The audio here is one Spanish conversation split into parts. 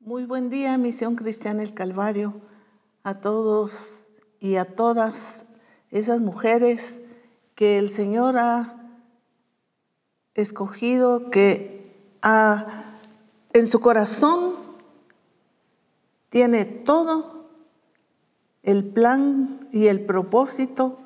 Muy buen día, Misión Cristiana El Calvario, a todos y a todas esas mujeres que el Señor ha escogido, que en su corazón tiene todo el plan y el propósito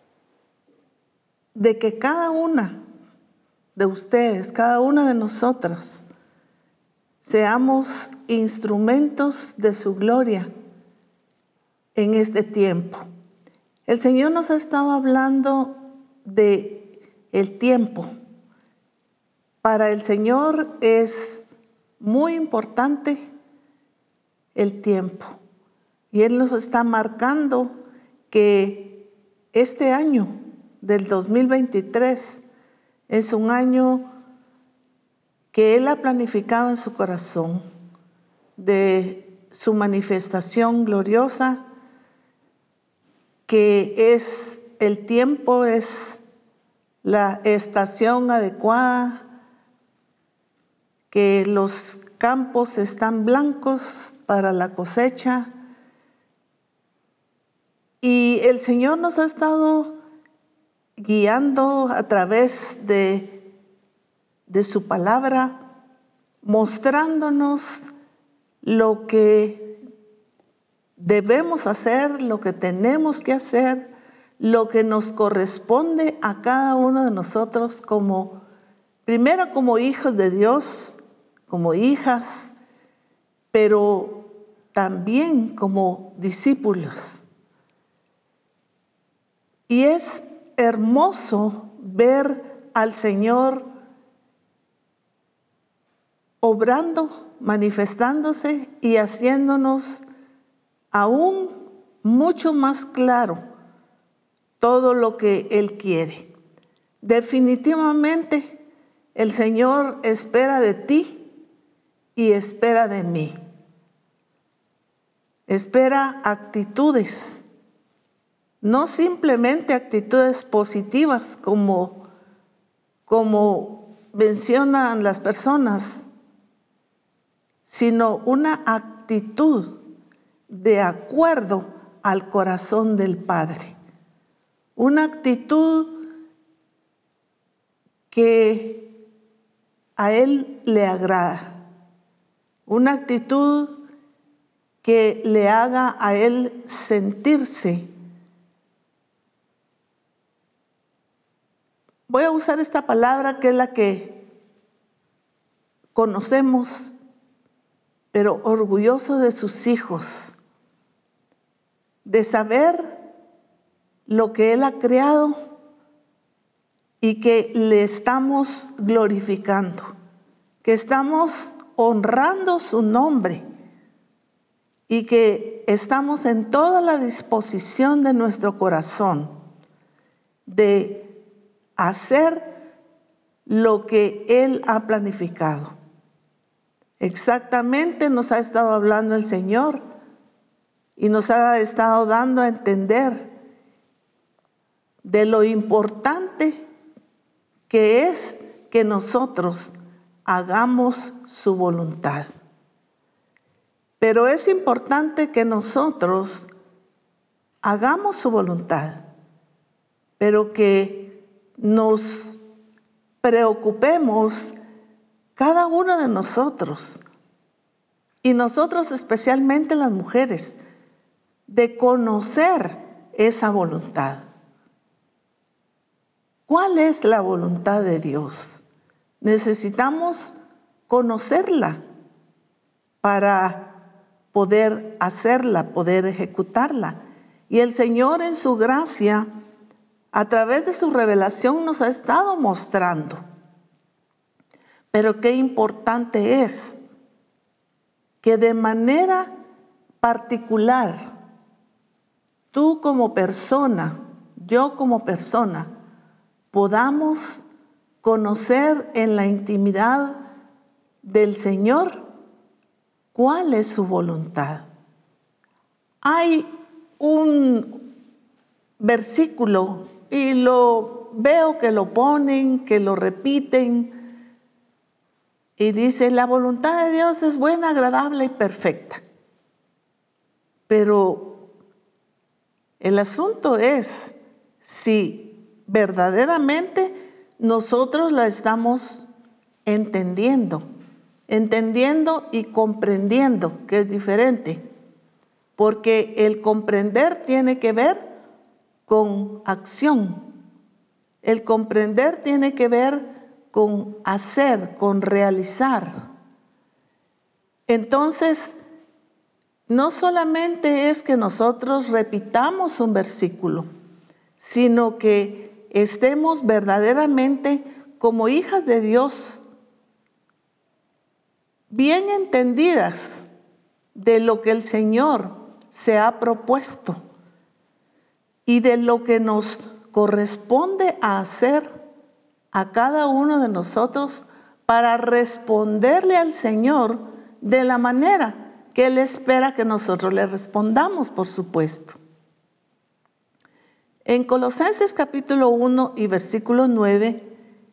de que cada una de ustedes, cada una de nosotras, seamos instrumentos de su gloria en este tiempo. El Señor nos ha estado hablando de el tiempo. Para el Señor es muy importante el tiempo. Y Él nos está marcando que este año del 2023 es un año que Él ha planificado en su corazón de su manifestación gloriosa, que es el tiempo, es la estación adecuada, que los campos están blancos para la cosecha. Y el Señor nos ha estado guiando a través de su palabra, mostrándonos lo que debemos hacer, lo que tenemos que hacer, lo que nos corresponde a cada uno de nosotros primero como hijos de Dios, como hijas, pero también como discípulos. Y es hermoso ver al Señor obrando, manifestándose y haciéndonos aún mucho más claro todo lo que Él quiere. Definitivamente el Señor espera de ti y espera de mí. Espera actitudes, no simplemente actitudes positivas como mencionan las personas, sino una actitud de acuerdo al corazón del Padre. Una actitud que a Él le agrada. Una actitud que le haga a Él sentirse. Voy a usar esta palabra que es la que conocemos, pero orgulloso de sus hijos, de saber lo que Él ha creado y que le estamos glorificando, que estamos honrando su nombre y que estamos en toda la disposición de nuestro corazón de hacer lo que Él ha planificado. Exactamente nos ha estado hablando el Señor y nos ha estado dando a entender de lo importante que es que nosotros hagamos su voluntad. Pero es importante que nosotros hagamos su voluntad, pero que nos preocupemos cada uno de nosotros, y nosotros especialmente las mujeres, de conocer esa voluntad. ¿Cuál es la voluntad de Dios? Necesitamos conocerla para poder hacerla, poder ejecutarla. Y el Señor en su gracia, a través de su revelación, nos ha estado mostrando. Pero qué importante es que de manera particular, tú como persona, yo como persona, podamos conocer en la intimidad del Señor cuál es su voluntad. Hay un versículo y lo veo que lo ponen, que lo repiten, Y dice, la voluntad de Dios es buena, agradable y perfecta. Pero el asunto es si verdaderamente nosotros la estamos entendiendo y comprendiendo, que es diferente. Porque el comprender tiene que ver con acción. El comprender tiene que ver con hacer, con realizar. Entonces, no solamente es que nosotros repitamos un versículo, sino que estemos verdaderamente como hijas de Dios, bien entendidas de lo que el Señor se ha propuesto y de lo que nos corresponde a hacer a cada uno de nosotros para responderle al Señor de la manera que Él espera que nosotros le respondamos, por supuesto. En Colosenses capítulo 1 y versículo 9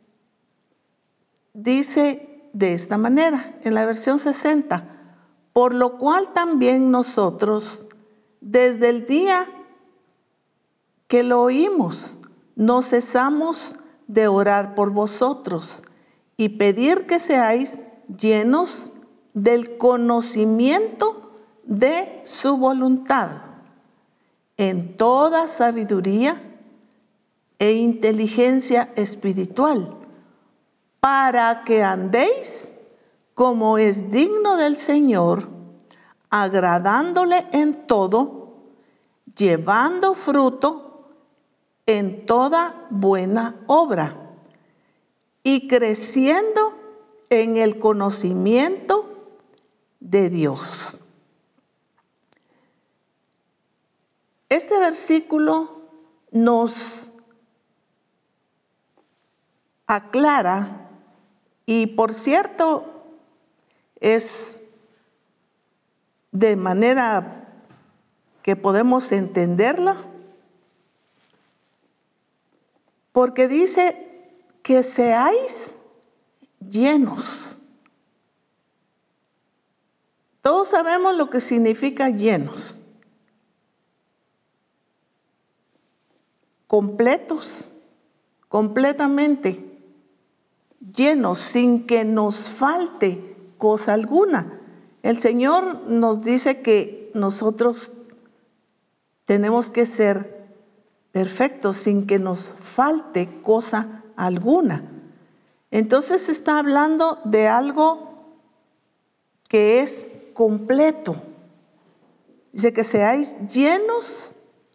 dice de esta manera, en la versión 60, por lo cual también nosotros, desde el día que lo oímos, no cesamos de orar por vosotros y pedir que seáis llenos del conocimiento de su voluntad, en toda sabiduría e inteligencia espiritual, para que andéis como es digno del Señor, agradándole en todo, llevando fruto en toda buena obra y creciendo en el conocimiento de Dios. Este versículo nos aclara, y por cierto, es de manera que podemos entenderla, porque dice que seáis llenos. Todos sabemos lo que significa llenos. Completos, completamente llenos, sin que nos falte cosa alguna. El Señor nos dice que nosotros tenemos que ser perfectos sin que nos falte cosa alguna. Entonces está hablando de algo que es completo. Dice que seáis llenos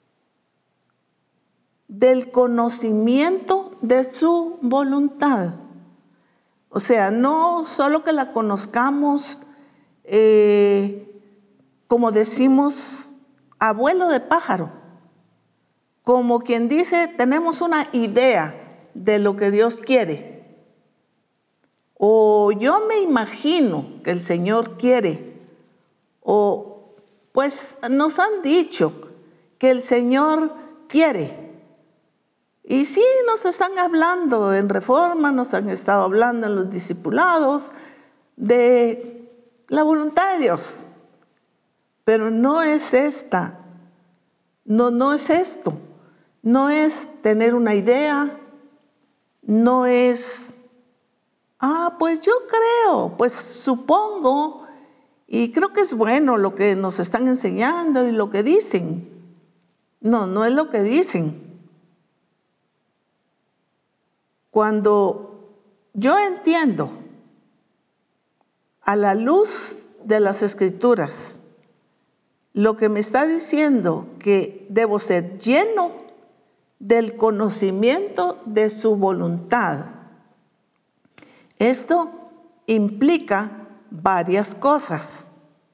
del conocimiento de su voluntad. O sea, no solo que la conozcamos, como decimos, abuelo de pájaro. Como quien dice, tenemos una idea de lo que Dios quiere. O yo me imagino que el Señor quiere. O pues nos han dicho que el Señor quiere. Y sí, nos están hablando en Reforma, nos han estado hablando en los discipulados de la voluntad de Dios. Pero no es esta, no es esto. No es tener una idea, no es, pues yo creo, pues supongo, y creo que es bueno lo que nos están enseñando y lo que dicen. No es lo que dicen. Cuando yo entiendo a la luz de las Escrituras lo que me está diciendo que debo ser lleno del conocimiento de su voluntad. Esto implica varias cosas.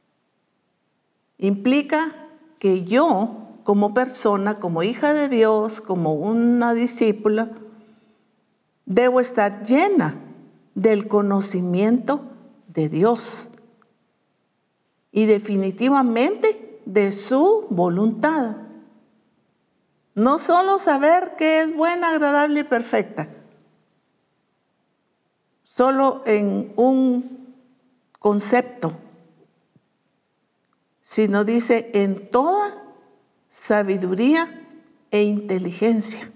Implica que yo, como persona, como hija de Dios, como una discípula, debo estar llena del conocimiento de Dios y definitivamente de su voluntad. No solo saber que es buena, agradable y perfecta, solo en un concepto, sino dice en toda sabiduría e inteligencia.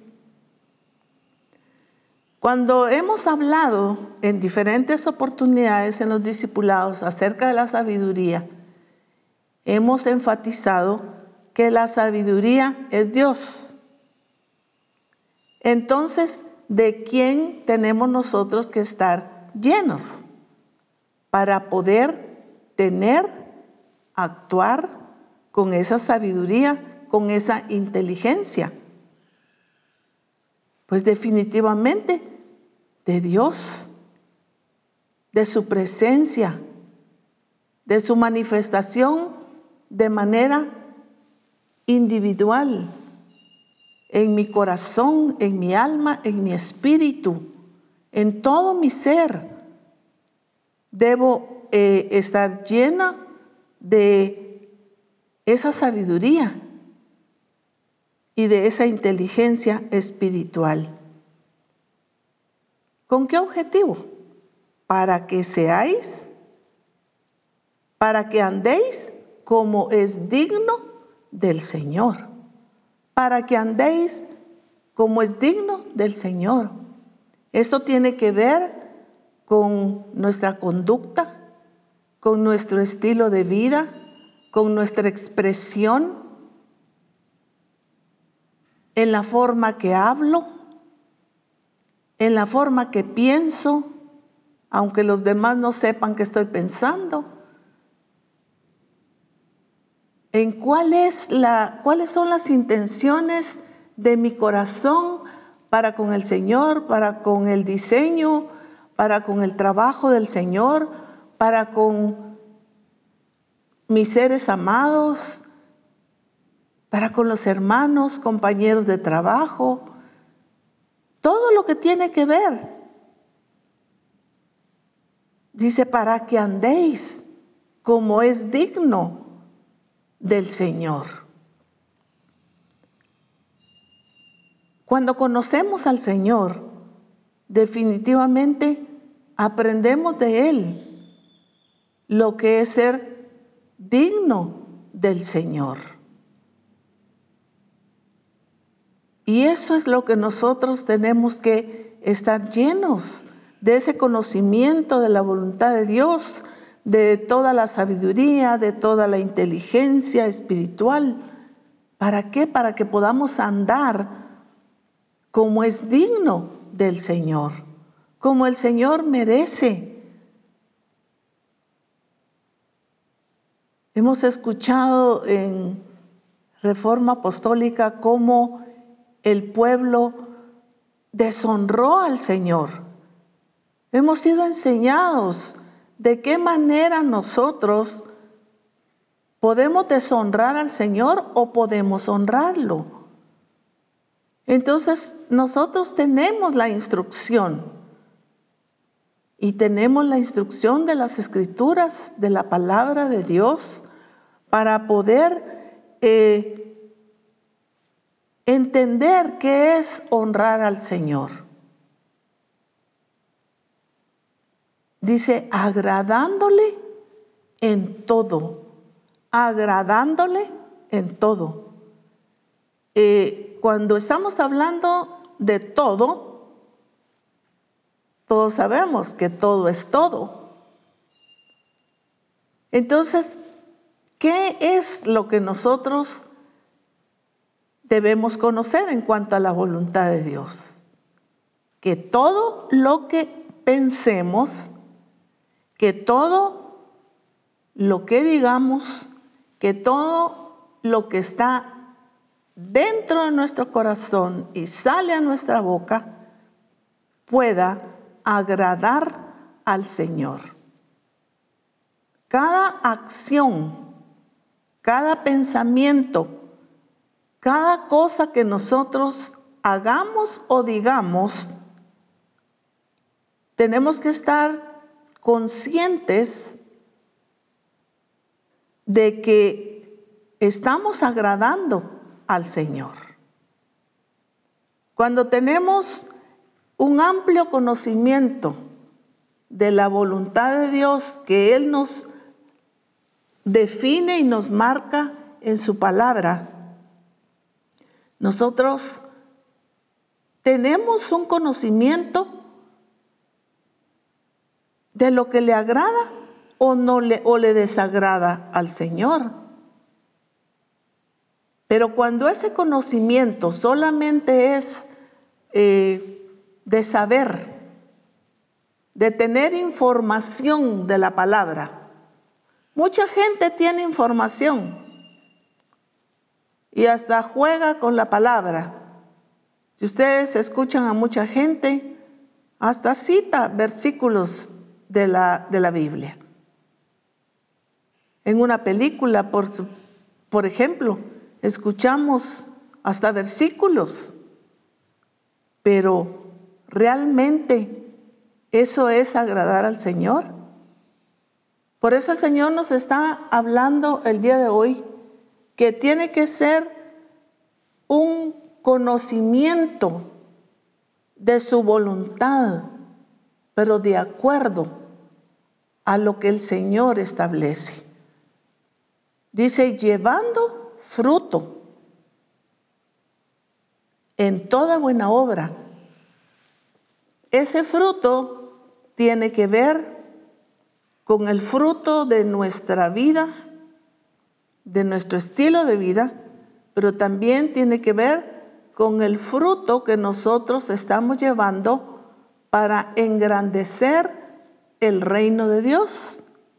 Cuando hemos hablado en diferentes oportunidades en los discipulados acerca de la sabiduría, hemos enfatizado que la sabiduría es Dios. Entonces, ¿de quién tenemos nosotros que estar llenos para poder tener, actuar con esa sabiduría, con esa inteligencia? Pues definitivamente de Dios, de su presencia, de su manifestación de manera individual, en mi corazón, en mi alma, en mi espíritu, en todo mi ser. Debo estar llena de esa sabiduría y de esa inteligencia espiritual. ¿Con qué objetivo? Para que seáis, para que andéis como es digno del Señor. Para que andéis como es digno del Señor. Esto tiene que ver con nuestra conducta, con nuestro estilo de vida, con nuestra expresión, en la forma que hablo, en la forma que pienso, aunque los demás no sepan qué estoy pensando. En cuáles son las intenciones de mi corazón para con el Señor, para con el diseño, para con el trabajo del Señor, para con mis seres amados, para con los hermanos, compañeros de trabajo, todo lo que tiene que ver. Dice, para que andéis como es digno del Señor. Cuando conocemos al Señor, definitivamente aprendemos de Él lo que es ser digno del Señor. Y eso es lo que nosotros tenemos que estar llenos de ese conocimiento de la voluntad de Dios, de toda la sabiduría, de toda la inteligencia espiritual. ¿Para qué? Para que podamos andar como es digno del Señor, como el Señor merece. Hemos escuchado en Reforma Apostólica cómo el pueblo deshonró al Señor. Hemos sido enseñados de qué manera nosotros podemos deshonrar al Señor o podemos honrarlo. Entonces, nosotros tenemos la instrucción y tenemos la instrucción de las Escrituras, de la palabra de Dios, para poder entender qué es honrar al Señor. Dice, agradándole en todo. Agradándole en todo. Cuando estamos hablando de todo, todos sabemos que todo es todo. Entonces, ¿qué es lo que nosotros debemos conocer en cuanto a la voluntad de Dios? Que todo lo que pensemos, que todo lo que digamos, que todo lo que está dentro de nuestro corazón y sale a nuestra boca pueda agradar al Señor. Cada acción, cada pensamiento, cada cosa que nosotros hagamos o digamos, tenemos que estar conscientes de que estamos agradando al Señor. Cuando tenemos un amplio conocimiento de la voluntad de Dios que Él nos define y nos marca en su palabra, nosotros tenemos un conocimiento de lo que le agrada o le desagrada al Señor. Pero cuando ese conocimiento solamente es de saber, de tener información de la palabra, mucha gente tiene información y hasta juega con la palabra. Si ustedes escuchan a mucha gente, hasta cita versículos de la Biblia. En una película, por ejemplo, escuchamos hasta versículos, pero ¿realmente eso es agradar al Señor? Por eso el Señor nos está hablando el día de hoy que tiene que ser un conocimiento de su voluntad, pero de acuerdo a lo que el Señor establece. Dice, llevando fruto en toda buena obra. Ese fruto tiene que ver con el fruto de nuestra vida, de nuestro estilo de vida, pero también tiene que ver con el fruto que nosotros estamos llevando para engrandecer el reino de Dios.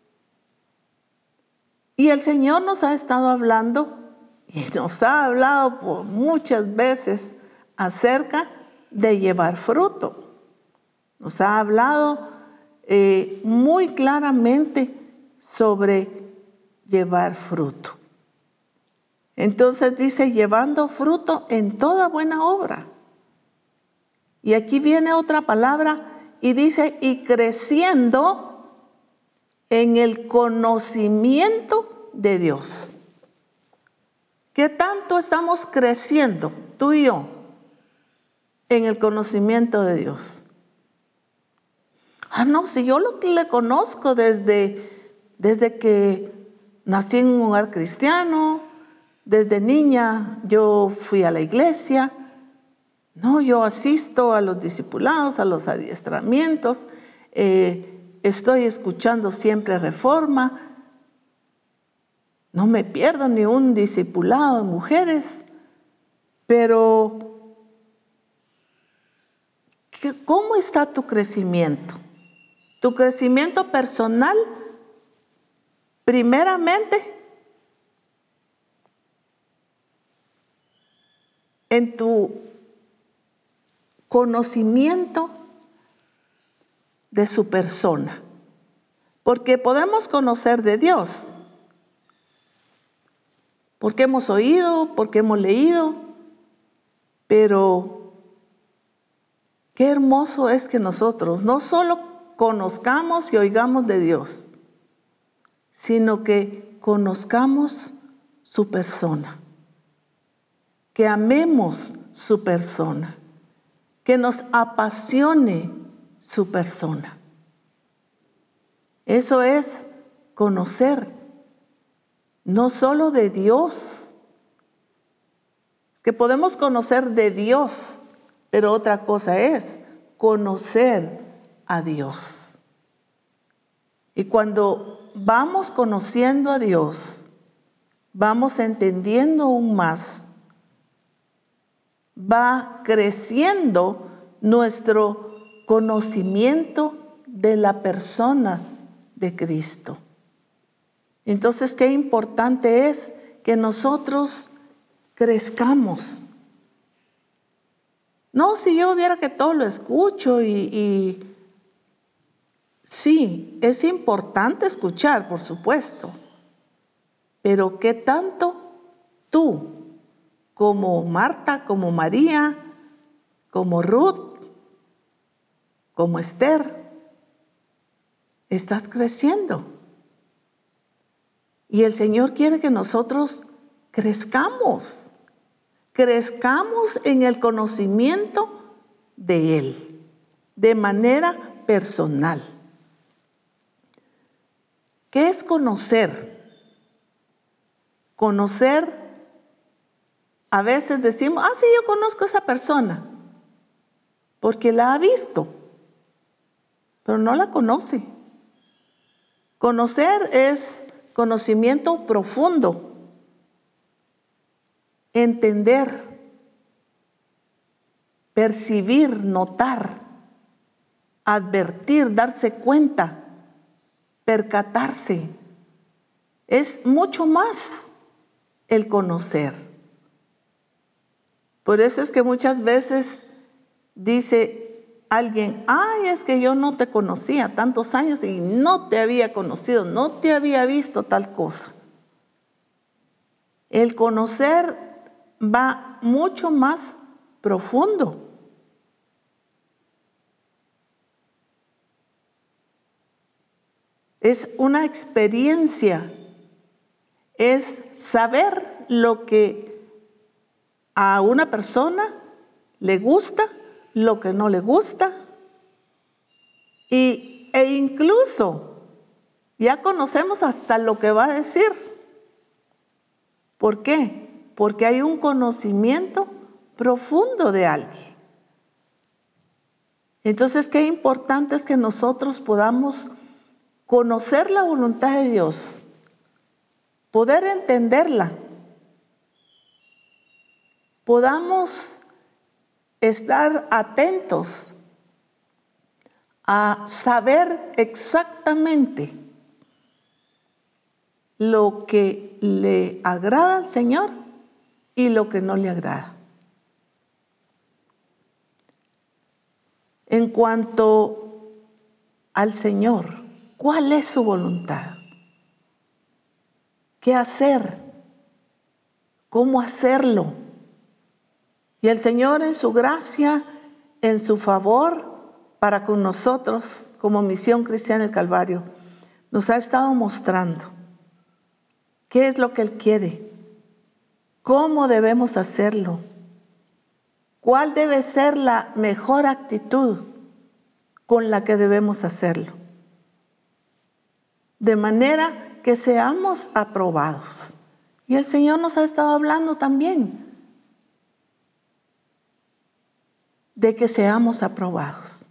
Y el Señor nos ha estado hablando, y nos ha hablado por muchas veces acerca de llevar fruto. Nos ha hablado muy claramente sobre llevar fruto. Entonces dice, llevando fruto en toda buena obra. Y aquí viene otra palabra y dice, y creciendo en el conocimiento de Dios. ¿Qué tanto estamos creciendo, tú y yo, en el conocimiento de Dios? No, si yo lo que le conozco desde que nací en un hogar cristiano, desde niña yo fui a la iglesia. No, yo asisto a los discipulados, a los adiestramientos, estoy escuchando siempre Reforma, no me pierdo ni un discipulado de mujeres, pero ¿cómo está tu crecimiento? Tu crecimiento personal, primeramente, en tu conocimiento de su persona. Porque podemos conocer de Dios, porque hemos oído, porque hemos leído, pero qué hermoso es que nosotros no solo conozcamos y oigamos de Dios, sino que conozcamos su persona, que amemos su persona, que nos apasione su persona. Eso es conocer, no solo de Dios. Es que podemos conocer de Dios, pero otra cosa es conocer a Dios. Y cuando vamos conociendo a Dios, vamos entendiendo aún más, va creciendo nuestro conocimiento de la persona de Cristo. Entonces, qué importante es que nosotros crezcamos. No, si yo viera que todo lo escucho y sí, es importante escuchar, por supuesto, pero ¿qué tanto tú, como Marta, como María, como Ruth, como Esther, estás creciendo? Y el Señor quiere que nosotros crezcamos en el conocimiento de Él, de manera personal. ¿Qué es conocer? Conocer, a veces decimos, sí, yo conozco a esa persona, porque la ha visto, pero no la conoce. Conocer es conocimiento profundo, entender, percibir, notar, advertir, darse cuenta, percatarse. Es mucho más el conocer. Por eso es que muchas veces dice alguien, es que yo no te conocía tantos años y no te había conocido, no te había visto tal cosa. El conocer va mucho más profundo. Es una experiencia, es saber lo que a una persona le gusta, lo que no le gusta, e incluso ya conocemos hasta lo que va a decir. ¿Por qué? Porque hay un conocimiento profundo de alguien. Entonces, qué importante es que nosotros podamos conocer la voluntad de Dios, poder entenderla, podamos estar atentos a saber exactamente lo que le agrada al Señor y lo que no le agrada. En cuanto al Señor, ¿cuál es su voluntad? ¿Qué hacer? ¿Cómo hacerlo? Y el Señor en su gracia, en su favor para con nosotros como Misión Cristiana del Calvario, nos ha estado mostrando qué es lo que Él quiere, cómo debemos hacerlo, cuál debe ser la mejor actitud con la que debemos hacerlo, de manera que seamos aprobados. Y el Señor nos ha estado hablando también de que seamos aprobados.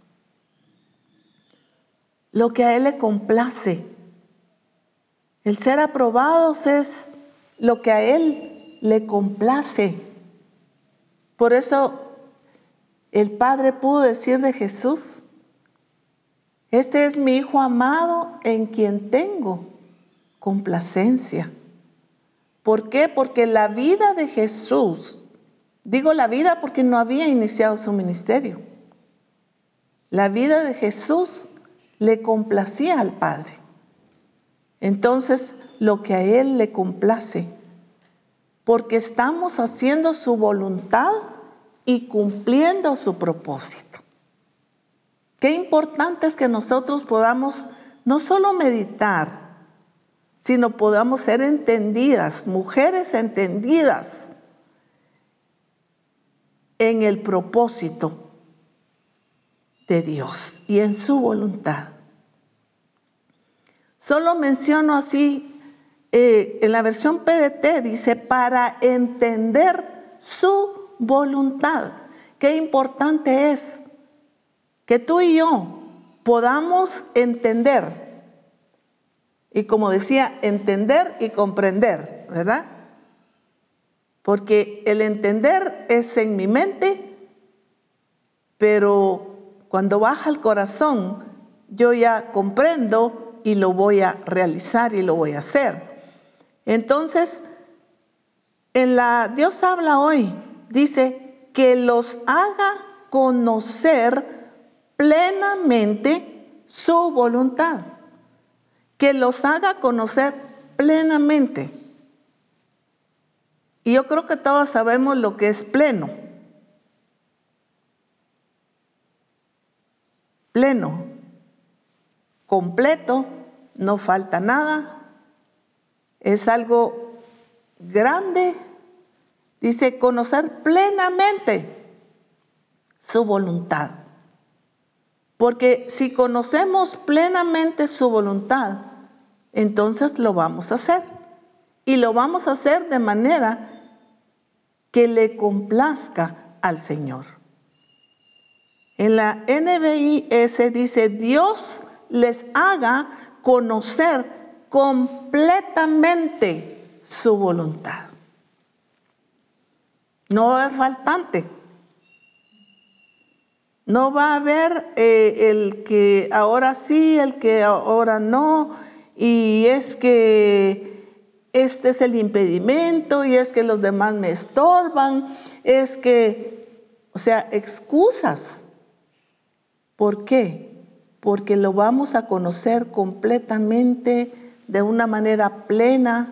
Lo que a Él le complace. El ser aprobados es lo que a Él le complace. Por eso el Padre pudo decir de Jesús, este es mi Hijo amado en quien tengo complacencia. ¿Por qué? Porque la vida de Jesús, digo la vida porque no había iniciado su ministerio, la vida de Jesús le complacía al Padre. Entonces, lo que a Él le complace, porque estamos haciendo su voluntad y cumpliendo su propósito. Qué importante es que nosotros podamos no solo meditar, sino podamos ser entendidas, mujeres entendidas en el propósito de Dios y en su voluntad. Solo menciono así, en la versión PDT dice, para entender su voluntad. Qué importante es que tú y yo podamos entender. Y como decía, entender y comprender, ¿verdad? Porque el entender es en mi mente, pero cuando baja al corazón, yo ya comprendo y lo voy a realizar y lo voy a hacer. Entonces, en la Dios habla hoy, dice que los haga conocer plenamente su voluntad. Que los haga conocer plenamente. Y yo creo que todos sabemos lo que es pleno. Pleno, completo, no falta nada. Es algo grande. Dice conocer plenamente su voluntad. Porque si conocemos plenamente su voluntad, entonces lo vamos a hacer. Y lo vamos a hacer de manera que le complazca al Señor. En la NBIS dice, Dios les haga conocer completamente su voluntad. No va a haber faltante. No va a haber el que ahora sí, el que ahora no, y es que este es el impedimento, y es que los demás me estorban, es que, o sea, excusas. ¿Por qué? Porque lo vamos a conocer completamente, de una manera plena.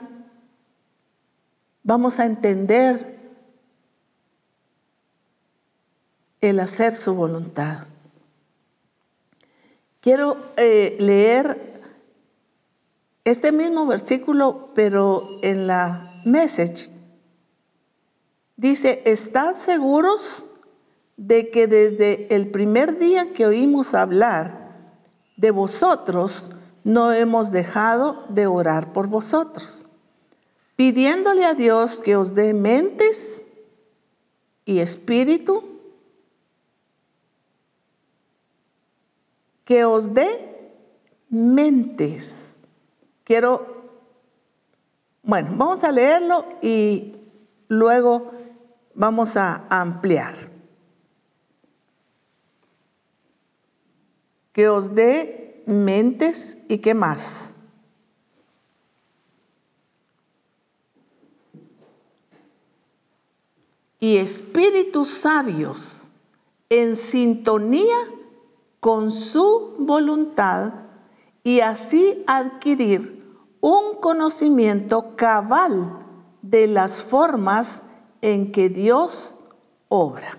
Vamos a entender el hacer su voluntad. Quiero leer este mismo versículo, pero en la Message. Dice, ¿están seguros de que desde el primer día que oímos hablar de vosotros, no hemos dejado de orar por vosotros, pidiéndole a Dios que os dé mentes y espíritu, que os dé mentes? Vamos a leerlo y luego vamos a ampliar. Que os dé mentes y ¿qué más? Y espíritus sabios en sintonía con su voluntad, y así adquirir un conocimiento cabal de las formas en que Dios obra.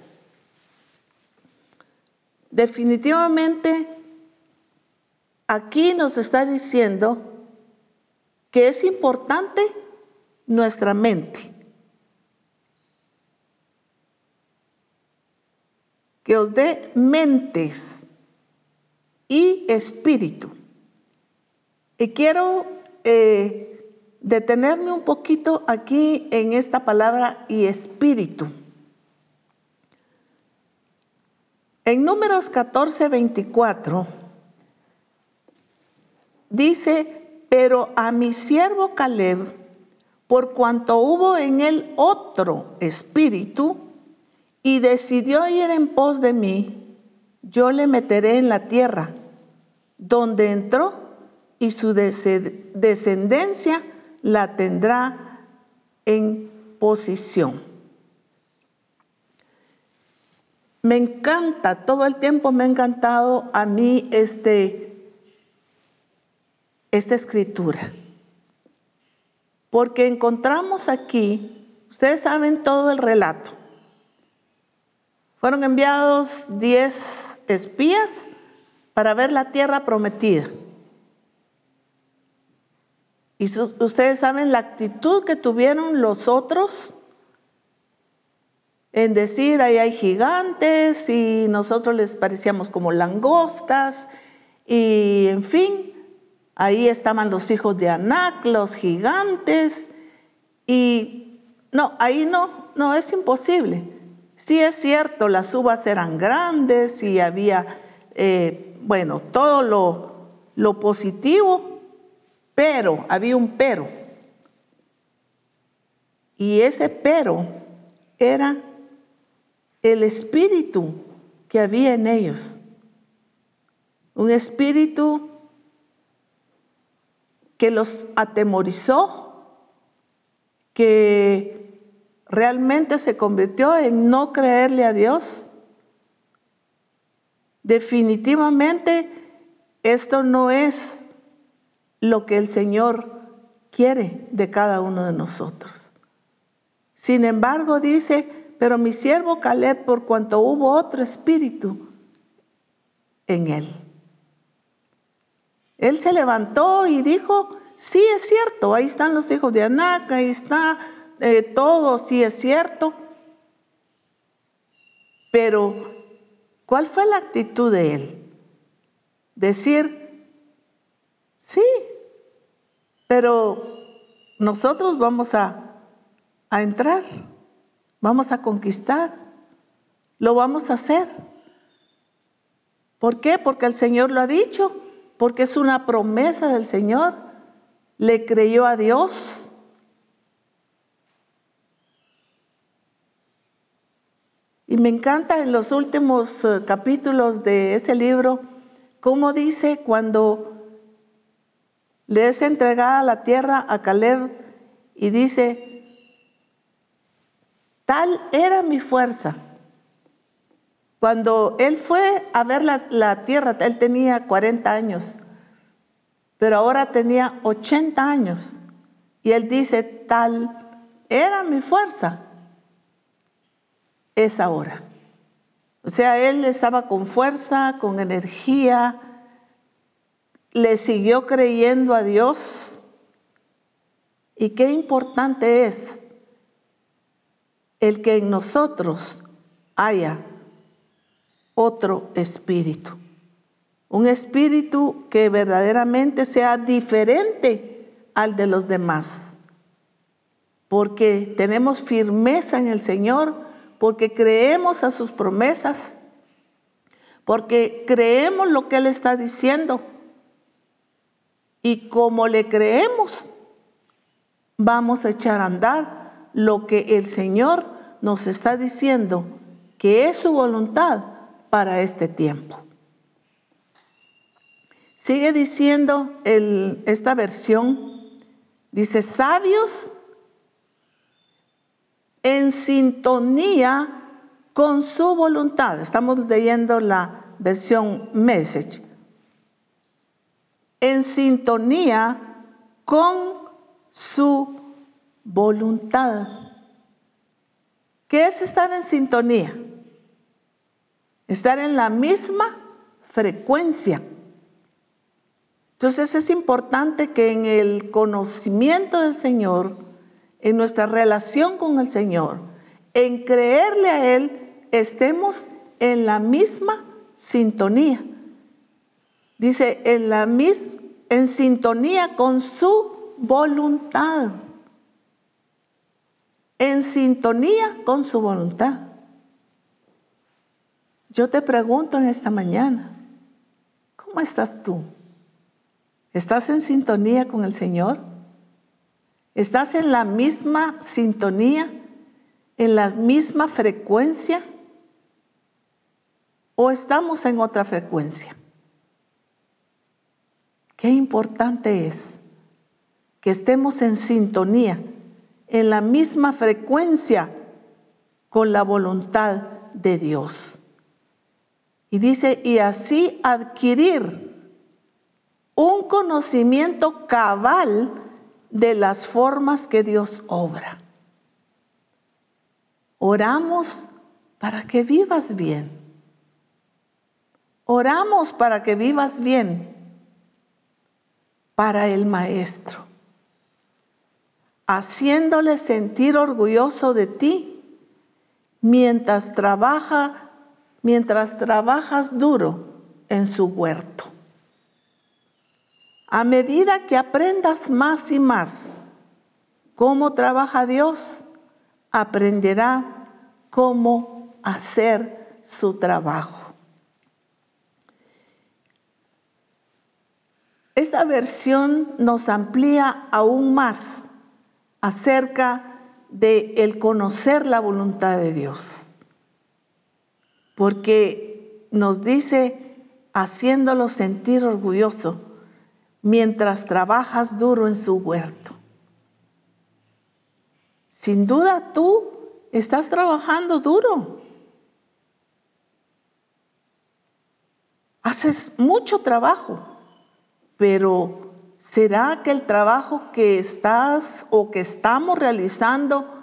Definitivamente, aquí nos está diciendo que es importante nuestra mente. Que os dé mentes y espíritu. Y quiero detenerme un poquito aquí en esta palabra y espíritu. En Números 14:24 dice, pero a mi siervo Caleb, por cuanto hubo en él otro espíritu y decidió ir en pos de mí, yo le meteré en la tierra donde entró, y su descendencia la tendrá en posesión. Me encanta, todo el tiempo me ha encantado a mí esta escritura. Porque encontramos aquí, ustedes saben todo el relato. Fueron enviados 10 espías para ver la tierra prometida. Y ustedes saben la actitud que tuvieron los otros en decir, ahí hay gigantes y nosotros les parecíamos como langostas y en fin, ahí estaban los hijos de Anac, los gigantes, y no, ahí no es imposible. Sí es cierto, las uvas eran grandes y había, todo lo positivo, pero había un pero. Y ese pero era el espíritu que había en ellos. Un espíritu que los atemorizó, que realmente se convirtió en no creerle a Dios. Definitivamente esto no es lo que el Señor quiere de cada uno de nosotros. Sin embargo, dice, pero mi siervo Caleb, por cuanto hubo otro espíritu en él. Él se levantó y dijo, sí es cierto, ahí están los hijos de Anac, ahí está todo, sí es cierto. Pero, ¿cuál fue la actitud de él? Decir, sí, Pero nosotros vamos a entrar, vamos a conquistar, lo vamos a hacer. ¿Por qué? Porque el Señor lo ha dicho, porque es una promesa del Señor. Le creyó a Dios. Y me encanta en los últimos capítulos de ese libro, cómo dice cuando le es entregada la tierra a Caleb y dice, tal era mi fuerza. Cuando él fue a ver la tierra, él tenía 40 años, pero ahora tenía 80 años. Y él dice, tal era mi fuerza, es ahora. O sea, él estaba con fuerza, con energía, le siguió creyendo a Dios. Y qué importante es el que en nosotros haya otro espíritu. Un espíritu que verdaderamente sea diferente al de los demás. Porque tenemos firmeza en el Señor, porque creemos a sus promesas, porque creemos lo que Él está diciendo. Y como le creemos, vamos a echar a andar lo que el Señor nos está diciendo, que es su voluntad para este tiempo. Sigue diciendo esta versión, dice, sabios en sintonía con su voluntad. Estamos leyendo la versión Message. En sintonía con su voluntad. ¿Qué es estar en sintonía? Estar en la misma frecuencia. Entonces es importante que en el conocimiento del Señor, en nuestra relación con el Señor, en creerle a Él, estemos en la misma sintonía. Dice, en sintonía con su voluntad. En sintonía con su voluntad. Yo te pregunto en esta mañana, ¿cómo estás tú? ¿Estás en sintonía con el Señor? ¿Estás en la misma sintonía? ¿En la misma frecuencia? ¿O estamos en otra frecuencia? Qué importante es que estemos en sintonía, en la misma frecuencia con la voluntad de Dios. Y dice, y así adquirir un conocimiento cabal de las formas que Dios obra. Oramos para que vivas bien. Oramos para que vivas bien para el Maestro, haciéndole sentir orgulloso de ti mientras trabajas duro en su huerto. A medida que aprendas más y más cómo trabaja Dios, aprenderá cómo hacer su trabajo. Esta versión nos amplía aún más acerca de el conocer la voluntad de Dios. Porque nos dice, haciéndolo sentir orgulloso mientras trabajas duro en su huerto. Sin duda tú estás trabajando duro. Haces mucho trabajo, pero ¿será que el trabajo que estás o que estamos realizando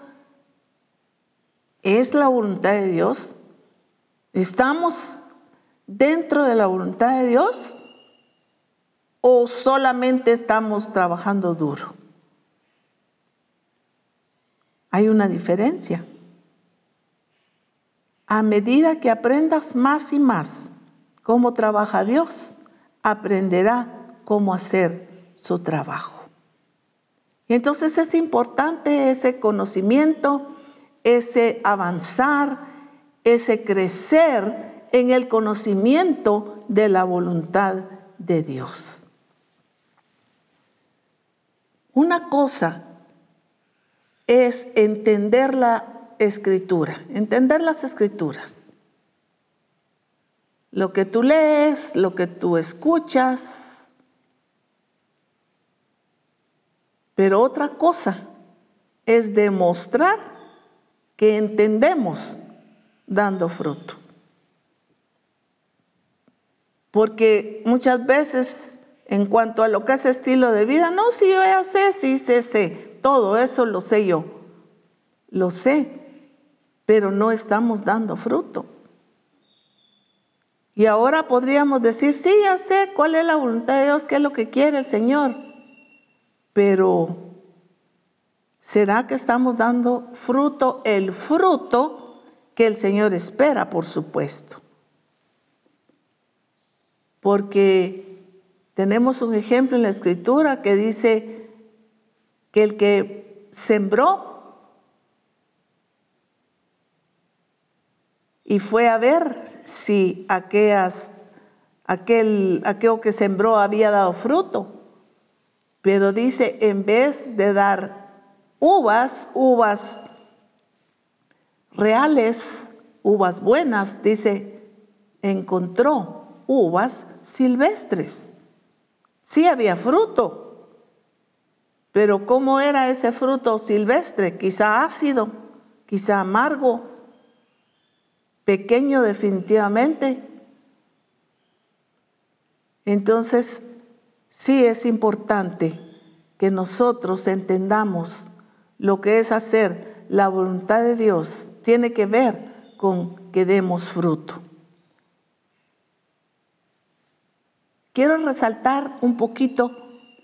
es la voluntad de Dios? ¿Estamos dentro de la voluntad de Dios o solamente estamos trabajando duro? Hay una diferencia. A medida que aprendas más y más cómo trabaja Dios, aprenderá cómo hacer su trabajo. Y entonces es importante ese conocimiento, ese avanzar, ese crecer en el conocimiento de la voluntad de Dios. Una cosa es entender la Escritura, entender las Escrituras. Lo que tú lees, lo que tú escuchas. Pero otra cosa es demostrar que entendemos dando fruto. Porque muchas veces, en cuanto a lo que es estilo de vida, no, si yo ya sé, sí sé, todo eso lo sé yo. Lo sé, pero no estamos dando fruto. Y ahora podríamos decir, sí, ya sé cuál es la voluntad de Dios, qué es lo que quiere el Señor. Pero, ¿será que estamos dando fruto? El fruto que el Señor espera, por supuesto. Porque tenemos un ejemplo en la Escritura que dice que el que sembró y fue a ver si aquello que sembró había dado fruto. Pero dice, en vez de dar uvas reales, uvas buenas, dice, encontró uvas silvestres. Sí había fruto, pero ¿cómo era ese fruto silvestre? Quizá ácido, quizá amargo, pequeño definitivamente. Entonces, sí es importante que nosotros entendamos lo que es hacer la voluntad de Dios. Tiene que ver con que demos fruto. Quiero resaltar un poquito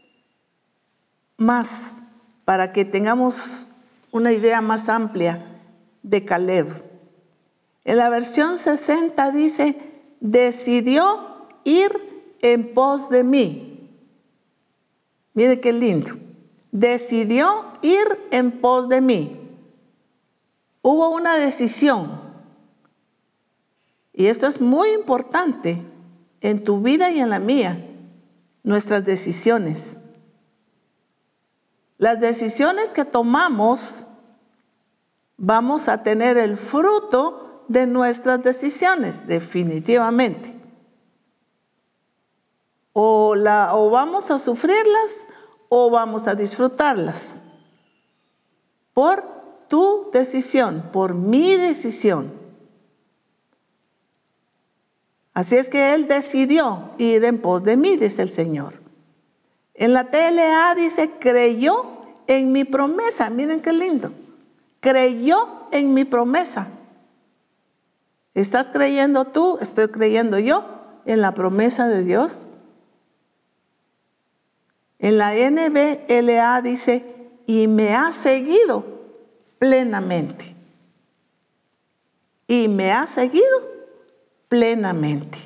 más para que tengamos una idea más amplia de Caleb. En la versión 60 dice, decidió ir en pos de mí. Mire qué lindo. Decidió ir en pos de mí. Hubo una decisión. Y esto es muy importante en tu vida y en la mía. Nuestras decisiones. Las decisiones que tomamos, vamos a tener el fruto de nuestras decisiones, definitivamente. O vamos a sufrirlas o vamos a disfrutarlas. Por tu decisión, por mi decisión. Así es que él decidió ir en pos de mí, dice el Señor. En la TLA dice, creyó en mi promesa. Miren qué lindo. Creyó en mi promesa. ¿Estás creyendo tú? ¿Estoy creyendo yo en la promesa de Dios? En la NBLA dice, y me ha seguido plenamente. Y me ha seguido plenamente.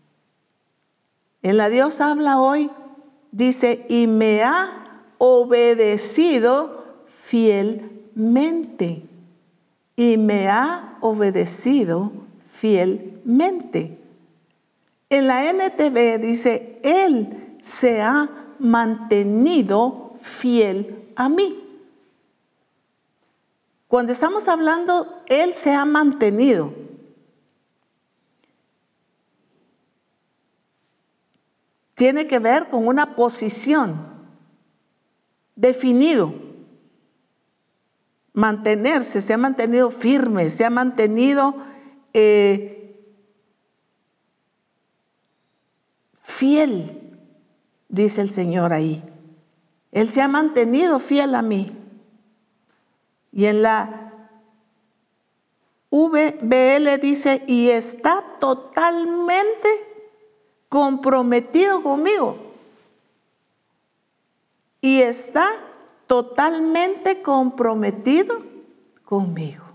En la Dios habla hoy, dice, y me ha obedecido fielmente. Y me ha obedecido fielmente. En la NTV dice, Él se ha mantenido fiel a mí. Cuando estamos hablando, Él se ha mantenido. Tiene que ver con una posición definido. Mantenerse, se ha mantenido firme, se ha mantenido fiel, dice el Señor ahí. Él se ha mantenido fiel a mí. Y en la VBL dice, y está totalmente comprometido conmigo. Y está totalmente comprometido conmigo.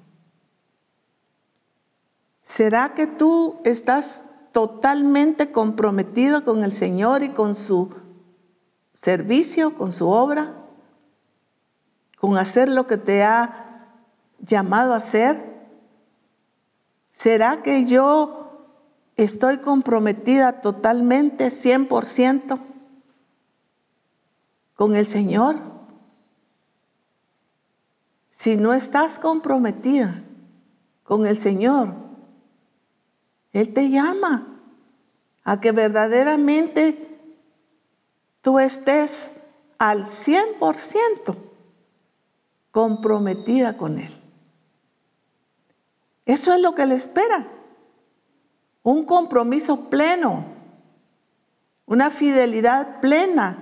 ¿Será que tú estás totalmente comprometido con el Señor y con su servicio, con su obra? con hacer lo que te ha llamado a hacer? ¿Será que yo estoy comprometida totalmente, 100% con el Señor? Si no estás comprometida con el Señor, Él te llama a que verdaderamente tú estés al 100% comprometida con Él. Eso es lo que le espera. Un compromiso pleno, una fidelidad plena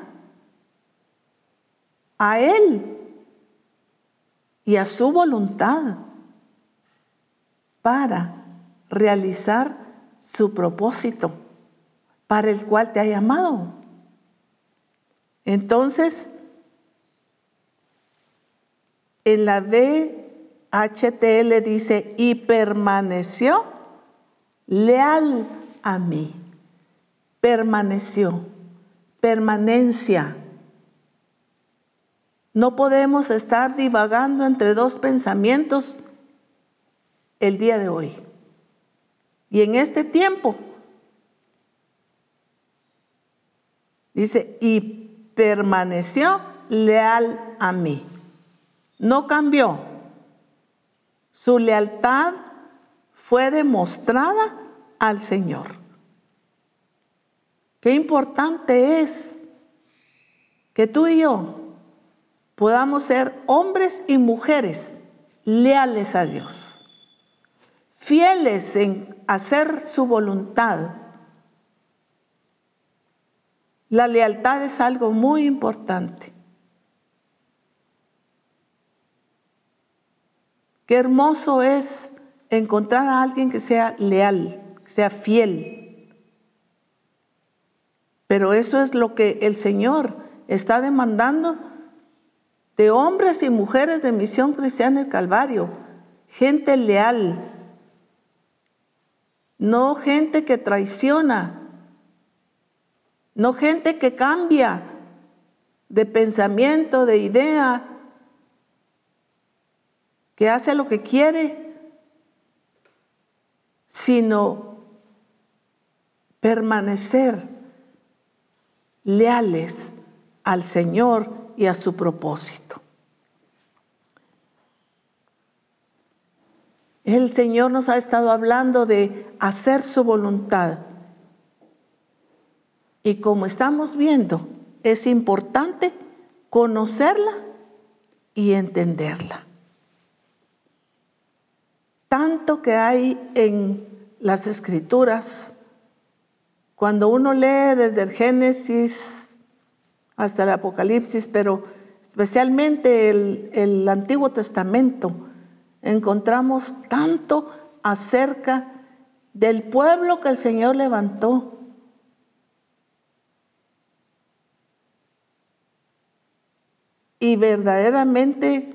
a Él y a su voluntad para realizar su propósito para el cual te ha llamado. Entonces, en la VHTL dice, y permaneció leal a mí. Permaneció, permanencia. No podemos estar divagando entre dos pensamientos el día de hoy. Y en este tiempo, dice, y permaneció leal a mí. No cambió. Su lealtad fue demostrada al Señor. Qué importante es que tú y yo podamos ser hombres y mujeres leales a Dios, fieles en hacer su voluntad. La lealtad es algo muy importante. Qué hermoso es encontrar a alguien que sea leal, que sea fiel. Pero eso es lo que el Señor está demandando de hombres y mujeres de Misión Cristiana del Calvario. Gente leal, no gente que traiciona, no gente que cambia de pensamiento, de idea, que hace lo que quiere, sino permanecer leales al Señor y a su propósito. El Señor nos ha estado hablando de hacer su voluntad. Y como estamos viendo, es importante conocerla y entenderla. Tanto que hay en las Escrituras, cuando uno lee desde el Génesis hasta el Apocalipsis, pero especialmente el Antiguo Testamento, encontramos tanto acerca del pueblo que el Señor levantó. Y verdaderamente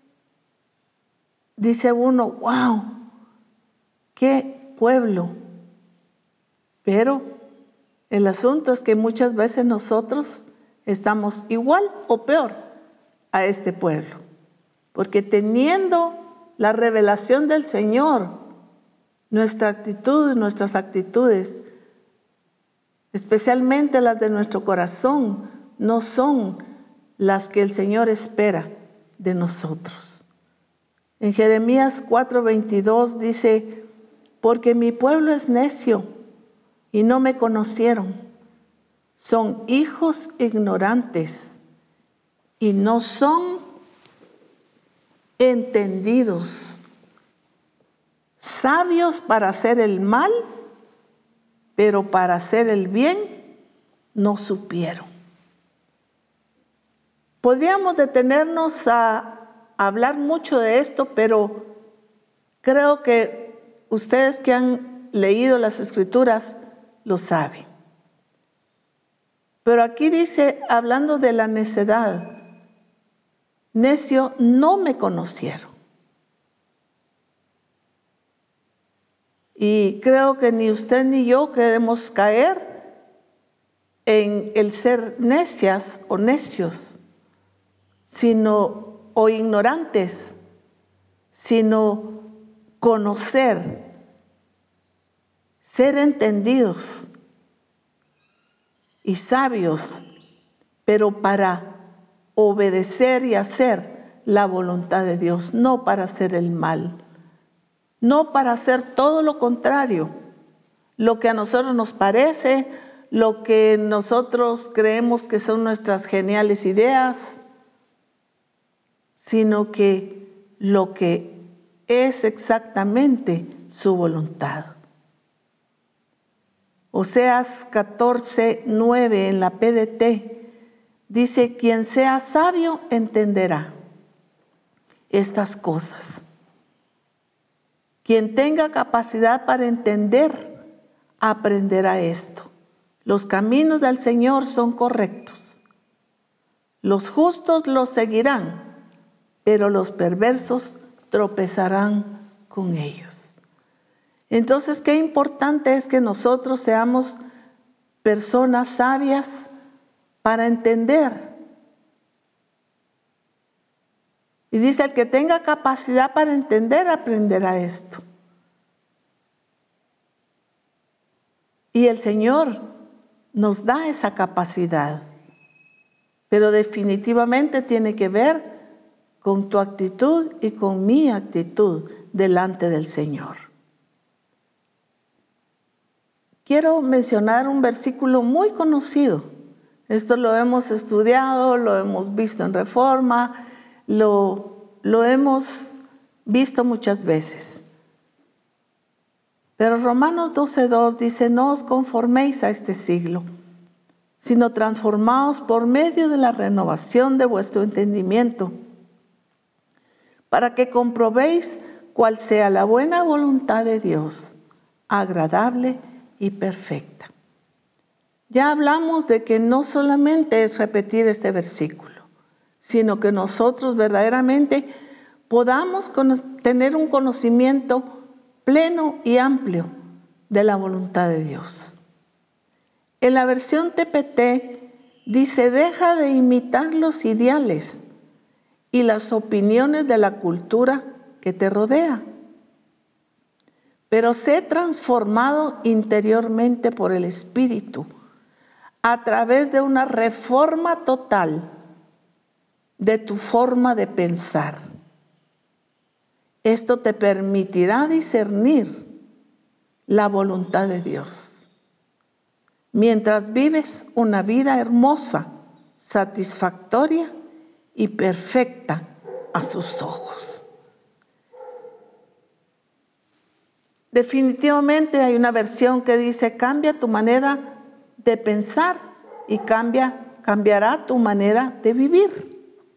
dice uno, wow, qué pueblo. Pero el asunto es que muchas veces nosotros estamos igual o peor a este pueblo. Porque teniendo la revelación del Señor, nuestra actitud, nuestras actitudes, especialmente las de nuestro corazón, no son las que el Señor espera de nosotros. En Jeremías 4:22 dice, porque mi pueblo es necio y no me conocieron. Son hijos ignorantes y no son entendidos. Sabios para hacer el mal, pero para hacer el bien no supieron. Podríamos detenernos a hablar mucho de esto, pero creo que ustedes que han leído las Escrituras lo saben. Pero aquí dice, hablando de la necedad, necio, no me conocieron. Y creo que ni usted ni yo queremos caer en el ser necias o necios, sino o ignorantes, sino conocer, ser entendidos y sabios, pero para obedecer y hacer la voluntad de Dios, no para hacer el mal, no para hacer todo lo contrario, lo que a nosotros nos parece, lo que nosotros creemos que son nuestras geniales ideas, sino que lo que es exactamente su voluntad. Oseas 14:9 en la PDT dice: quien sea sabio entenderá estas cosas. Quien tenga capacidad para entender aprenderá esto. Los caminos del Señor son correctos. Los justos los seguirán, pero los perversos tropezarán con ellos. Entonces, qué importante es que nosotros seamos personas sabias para entender. Y dice, el que tenga capacidad para entender, aprenderá esto. Y el Señor nos da esa capacidad, pero definitivamente tiene que ver con tu actitud y con mi actitud delante del Señor. Quiero mencionar un versículo muy conocido. Esto lo hemos estudiado, lo hemos visto en Reforma, lo hemos visto muchas veces. Pero Romanos 12:2 dice: no os conforméis a este siglo, sino transformaos por medio de la renovación de vuestro entendimiento, para que comprobéis cuál sea la buena voluntad de Dios, agradable y perfecta. Ya hablamos de que no solamente es repetir este versículo, sino que nosotros verdaderamente podamos tener un conocimiento pleno y amplio de la voluntad de Dios. En la versión TPT dice: deja de imitar los ideales y las opiniones de la cultura que te rodea, pero sé transformado interiormente por el Espíritu a través de una reforma total de tu forma de pensar. Esto te permitirá discernir la voluntad de Dios, mientras vives una vida hermosa, satisfactoria y perfecta a sus ojos. Definitivamente hay una versión que dice: cambia tu manera de pensar y cambiará tu manera de vivir.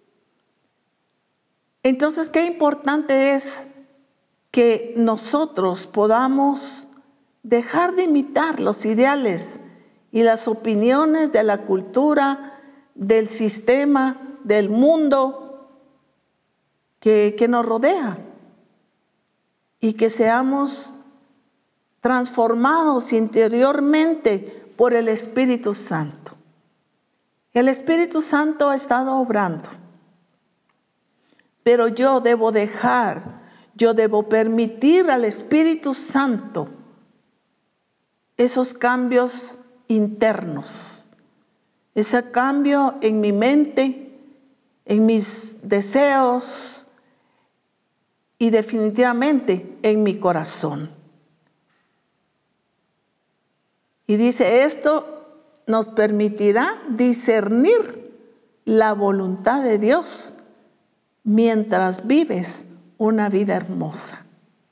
Entonces, qué importante es que nosotros podamos dejar de imitar los ideales y las opiniones de la cultura, del sistema, del mundo que nos rodea, y que seamos transformados interiormente por el Espíritu Santo. El Espíritu Santo ha estado obrando, pero yo debo permitir al Espíritu Santo esos cambios internos, ese cambio en mi mente, en mis deseos y definitivamente en mi corazón. Y dice, esto nos permitirá discernir la voluntad de Dios mientras vives una vida hermosa,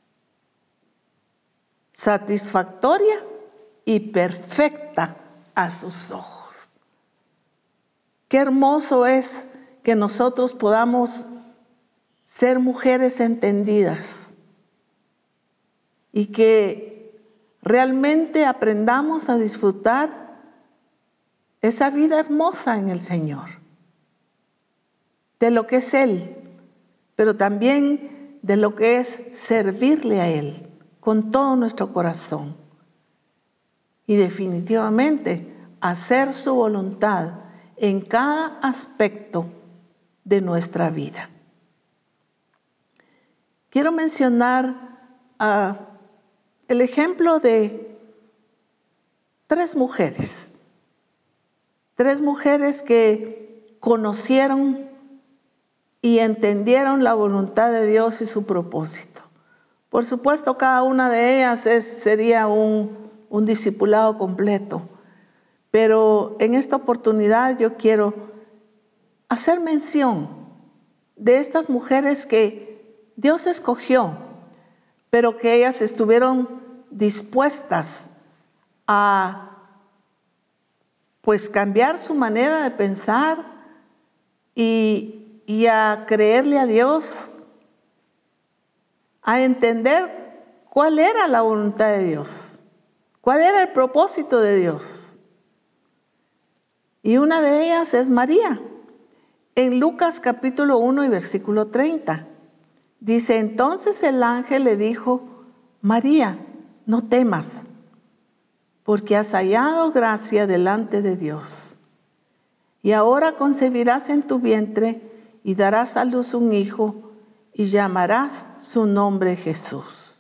satisfactoria y perfecta a sus ojos. Qué hermoso es que nosotros podamos ser mujeres entendidas y que realmente aprendamos a disfrutar esa vida hermosa en el Señor, de lo que es Él, pero también de lo que es servirle a Él con todo nuestro corazón. Y definitivamente hacer su voluntad en cada aspecto de nuestra vida. quiero mencionar el ejemplo de tres mujeres que conocieron y entendieron la voluntad de Dios y su propósito. Por supuesto, cada una de ellas sería un discipulado completo, pero en esta oportunidad yo quiero hacer mención de estas mujeres que Dios escogió, pero que ellas estuvieron dispuestas a cambiar su manera de pensar y a creerle a Dios, a entender cuál era la voluntad de Dios, cuál era el propósito de Dios. Y una de ellas es María. En Lucas capítulo 1 y versículo 30, dice: entonces el ángel le dijo: María, no temas, porque has hallado gracia delante de Dios. Y ahora concebirás en tu vientre y darás a luz un hijo y llamarás su nombre Jesús.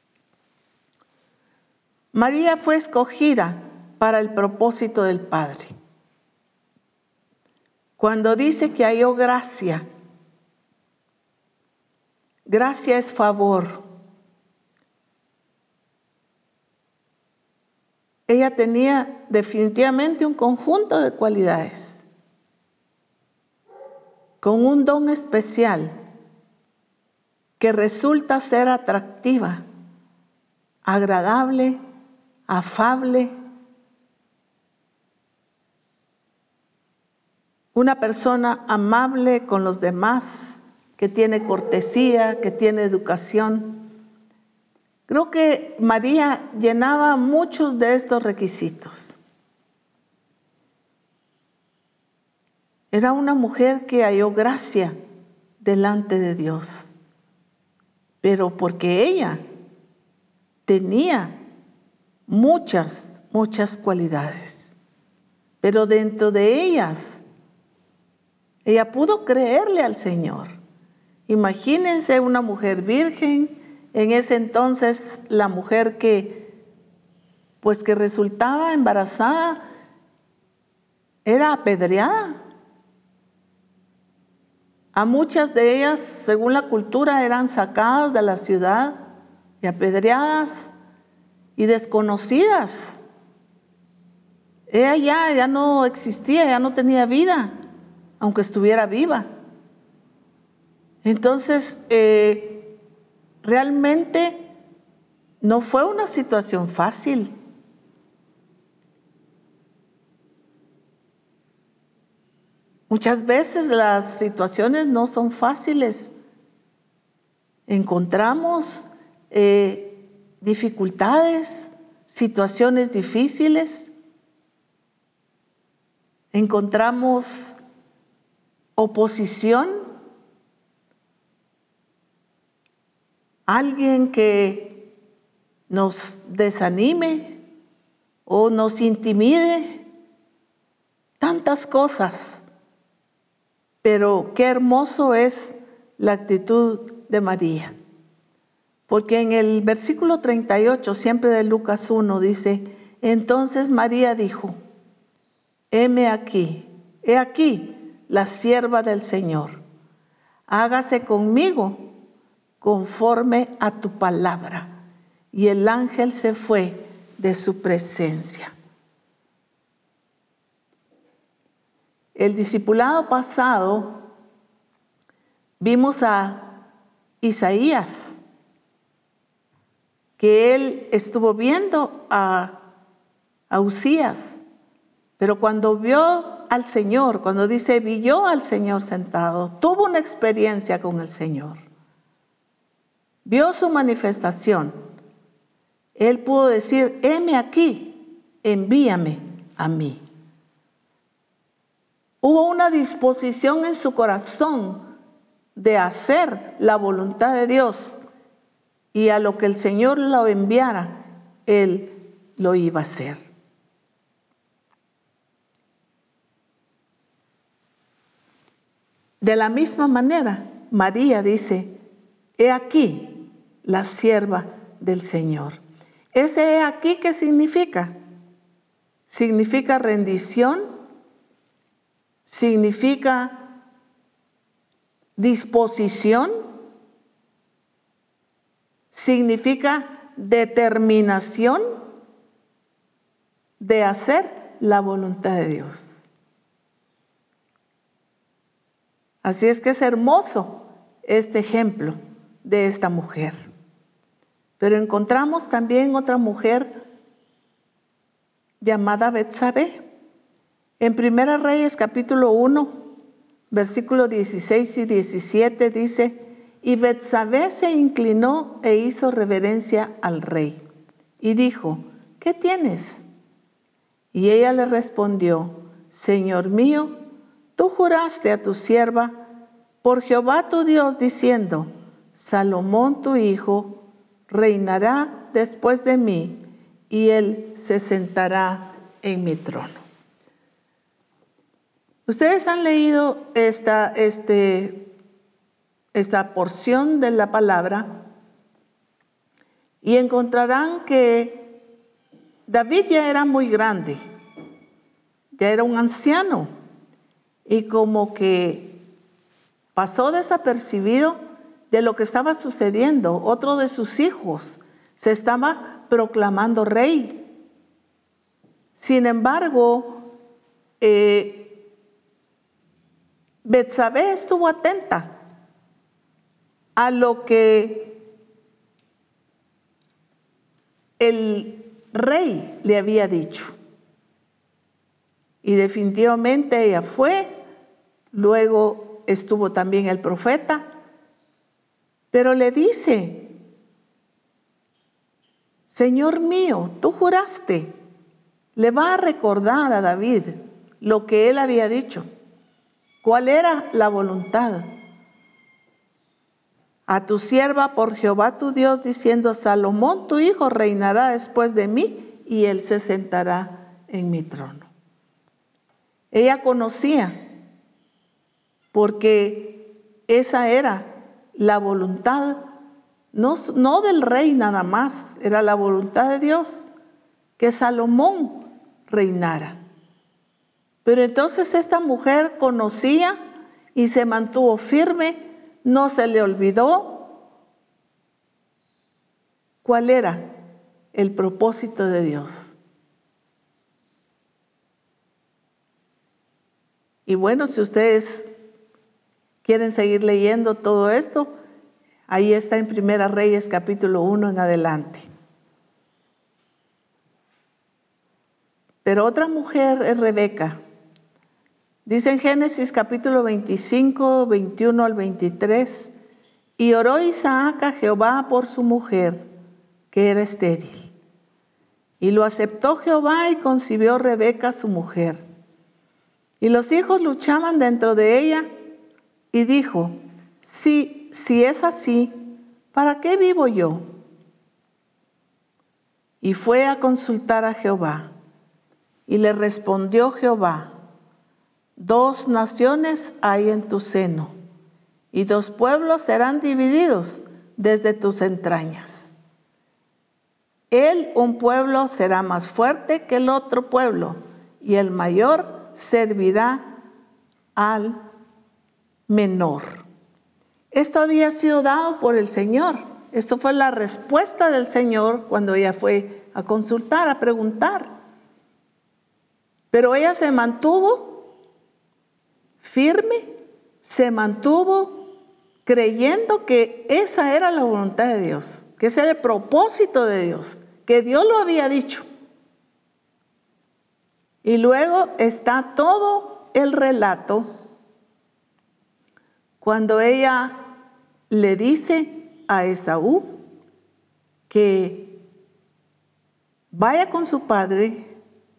María fue escogida para el propósito del Padre. Cuando dice que halló gracia, gracia es favor. Ella tenía definitivamente un conjunto de cualidades, con un don especial que resulta ser atractiva, agradable, afable, una persona amable con los demás, que tiene cortesía, que tiene educación. Creo que María llenaba muchos de estos requisitos. Era una mujer que halló gracia delante de Dios, pero porque ella tenía muchas cualidades, pero dentro de ellas, ella pudo creerle al Señor. Imagínense una mujer virgen. En ese entonces, la mujer que resultaba embarazada era apedreada. A muchas de ellas, según la cultura, eran sacadas de la ciudad y apedreadas y desconocidas. Ella ya no existía, ya no tenía vida, aunque estuviera viva. Entonces, realmente no fue una situación fácil. Muchas veces las situaciones no son fáciles. Encontramos dificultades, situaciones difíciles. Encontramos oposición. Alguien que nos desanime o nos intimide. Tantas cosas. Pero qué hermoso es la actitud de María. Porque en el versículo 38, siempre de Lucas 1, dice: entonces María dijo: he aquí la sierva del Señor. Hágase conmigo conforme a tu palabra. Y el ángel se fue de su presencia. El discipulado pasado vimos a Isaías, que él estuvo viendo a Usías, pero cuando vio al Señor, cuando dice vio al Señor sentado, tuvo una experiencia con el Señor, vio su manifestación, él pudo decir: heme aquí, envíame a mí. Hubo una disposición en su corazón de hacer la voluntad de Dios, y a lo que el Señor lo enviara, él lo iba a hacer. De la misma manera, María dice: he aquí la sierva del Señor. Ese he aquí, ¿qué significa? Significa rendición, significa disposición, significa determinación de hacer la voluntad de Dios. Así es que es hermoso este ejemplo de esta mujer. Pero encontramos también otra mujer llamada Betsabé. En 1 Reyes capítulo 1, versículos 16 y 17 dice: y Betsabé se inclinó e hizo reverencia al rey y dijo: ¿qué tienes? Y ella le respondió: Señor mío, tú juraste a tu sierva por Jehová tu Dios diciendo: Salomón tu hijo reinará después de mí y él se sentará en mi trono. Ustedes han leído esta porción de la palabra y encontrarán que David ya era muy grande, ya era un anciano, y como que pasó desapercibido de lo que estaba sucediendo. Otro de sus hijos se estaba proclamando rey. Sin embargo, Betsabé estuvo atenta a lo que el rey le había dicho. Y definitivamente ella fue. Luego estuvo también el profeta. Pero le dice: Señor mío, tú juraste. Le va a recordar a David lo que él había dicho. ¿Cuál era la voluntad? A tu sierva por Jehová tu Dios diciendo: Salomón tu hijo reinará después de mí y él se sentará en mi trono. Ella conocía, porque esa era la voluntad, no del rey nada más, era la voluntad de Dios, que Salomón reinara. Pero entonces esta mujer conocía y se mantuvo firme, no se le olvidó cuál era el propósito de Dios. Y bueno, si ustedes quieren seguir leyendo todo esto, ahí está en 1 Reyes capítulo 1 en adelante. Pero otra mujer es Rebeca. Dice en Génesis capítulo 25, 21 al 23: y oró Isaac a Jehová por su mujer, que era estéril. Y lo aceptó Jehová y concibió Rebeca su mujer. Y los hijos luchaban dentro de ella, y dijo: si es así, ¿para qué vivo yo? Y fue a consultar a Jehová. Y le respondió Jehová: 2 naciones hay en tu seno, y 2 pueblos serán divididos desde tus entrañas. Un pueblo será más fuerte que el otro pueblo, y el mayor servirá al menor. Esto había sido dado por el Señor. Esto fue la respuesta del Señor cuando ella fue a consultar, a preguntar. Pero ella se mantuvo firme, se mantuvo creyendo que esa era la voluntad de Dios, que ese era el propósito de Dios, que Dios lo había dicho. Y luego está todo el relato cuando ella le dice a Esaú que vaya con su padre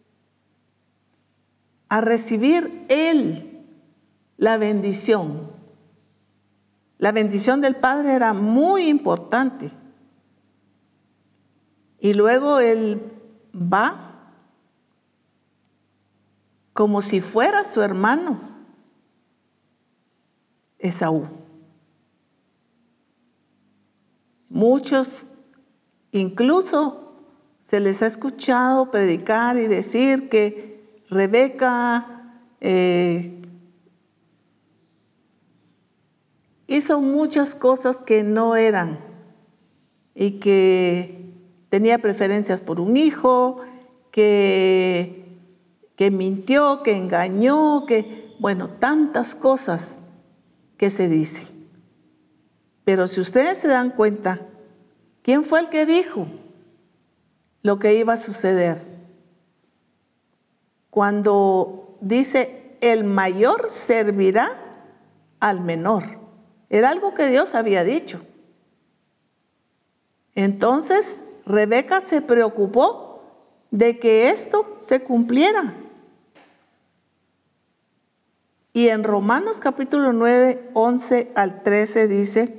a recibir él la bendición. La bendición del padre era muy importante. Y luego él va como si fuera su hermano, Esaú. Muchos incluso se les ha escuchado predicar y decir que Rebeca hizo muchas cosas que no eran y que tenía preferencias por un hijo, que mintió, que engañó, bueno, tantas cosas que se dicen. Pero si ustedes se dan cuenta, ¿quién fue el que dijo lo que iba a suceder? Cuando dice, el mayor servirá al menor. Era algo que Dios había dicho. Entonces, Rebeca se preocupó de que esto se cumpliera. Y en Romanos capítulo 9, 11 al 13 dice,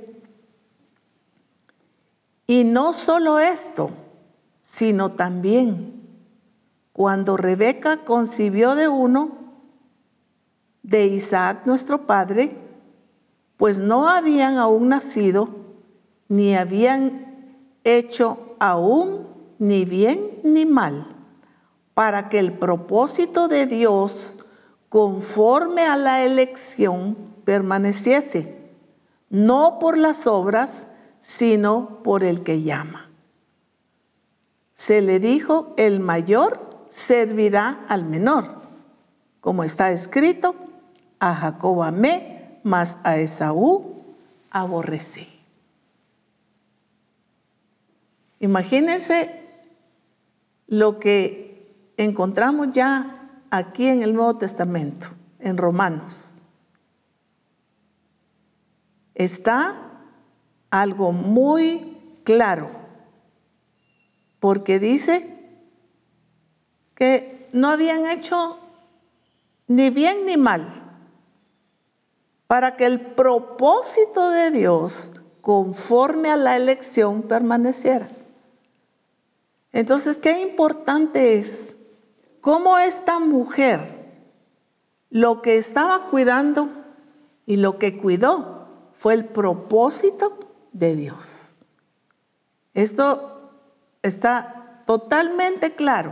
y no solo esto, sino también cuando Rebeca concibió de uno, de Isaac nuestro padre, pues no habían aún nacido, ni habían hecho aún ni bien ni mal, para que el propósito de Dios, conforme a la elección, permaneciese, no por las obras, sino por el que llama. Se le dijo, el mayor servirá al menor, como está escrito, a Jacob amé, mas a Esaú aborrecí. Imagínense lo que encontramos ya aquí en el Nuevo Testamento, en Romanos. Está algo muy claro, porque dice que no habían hecho ni bien ni mal, para que el propósito de Dios, conforme a la elección, permaneciera. Entonces, qué importante es cómo esta mujer lo que estaba cuidando y lo que cuidó fue el propósito de Dios. Esto está totalmente claro.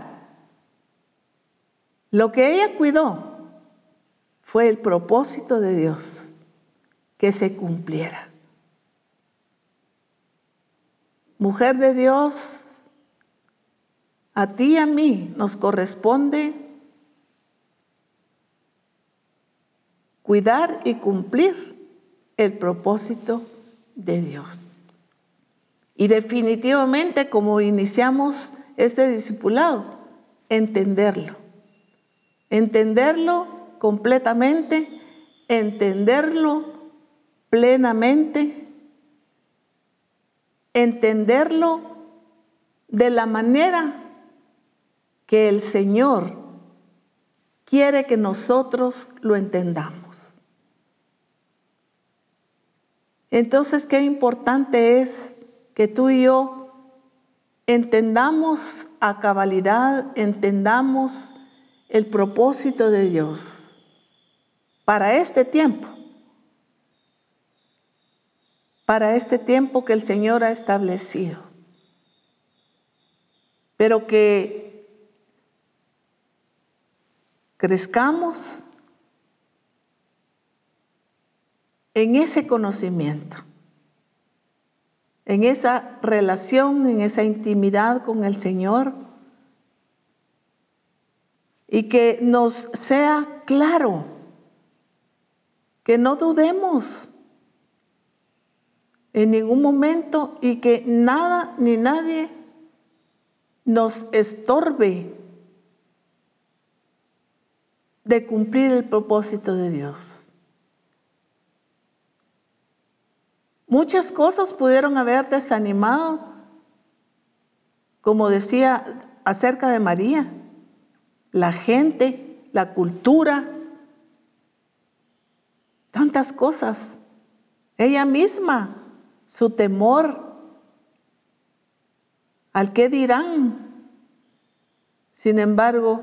Lo que ella cuidó fue el propósito de Dios, que se cumpliera. Mujer de Dios, a ti y a mí nos corresponde cuidar y cumplir el propósito de Dios. Y definitivamente, como iniciamos este discipulado, entenderlo completamente, entenderlo plenamente, entenderlo de la manera que el Señor quiere que nosotros lo entendamos. Entonces, qué importante es que tú y yo entendamos a cabalidad, entendamos el propósito de Dios para este tiempo que el Señor ha establecido. Pero que crezcamos en ese conocimiento, en esa relación, en esa intimidad con el Señor, y que nos sea claro, que no dudemos en ningún momento y que nada ni nadie nos estorbe de cumplir el propósito de Dios. Muchas cosas pudieron haber desanimado, como decía acerca de María, la gente, la cultura, tantas cosas. Ella misma, su temor al qué dirán. Sin embargo,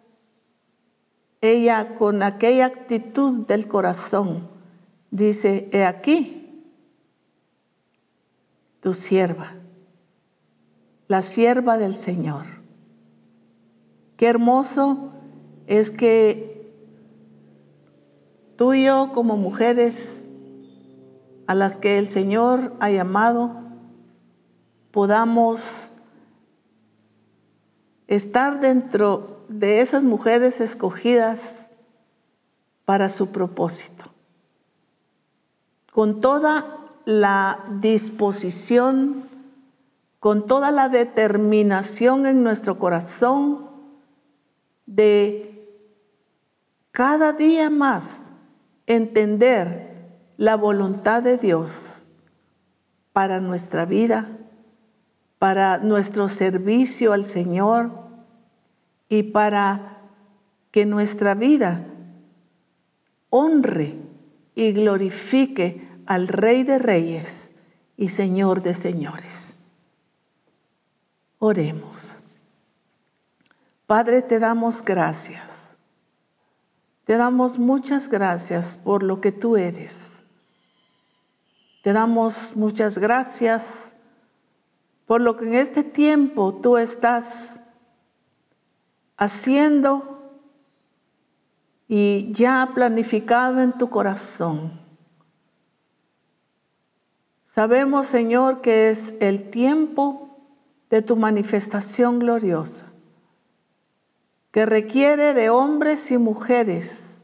ella con aquella actitud del corazón dice, he aquí, tu sierva, la sierva del Señor. Qué hermoso es que tú y yo, como mujeres a las que el Señor ha llamado, podamos estar dentro de esas mujeres escogidas para su propósito, con toda la disposición, con toda la determinación en nuestro corazón de cada día más entender la voluntad de Dios para nuestra vida, para nuestro servicio al Señor y para que nuestra vida honre y glorifique al Rey de Reyes y Señor de Señores. Oremos. Padre, te damos gracias. Te damos muchas gracias por lo que tú eres. Te damos muchas gracias por lo que en este tiempo tú estás haciendo y ya planificado en tu corazón. Sabemos, Señor, que es el tiempo de tu manifestación gloriosa, que requiere de hombres y mujeres,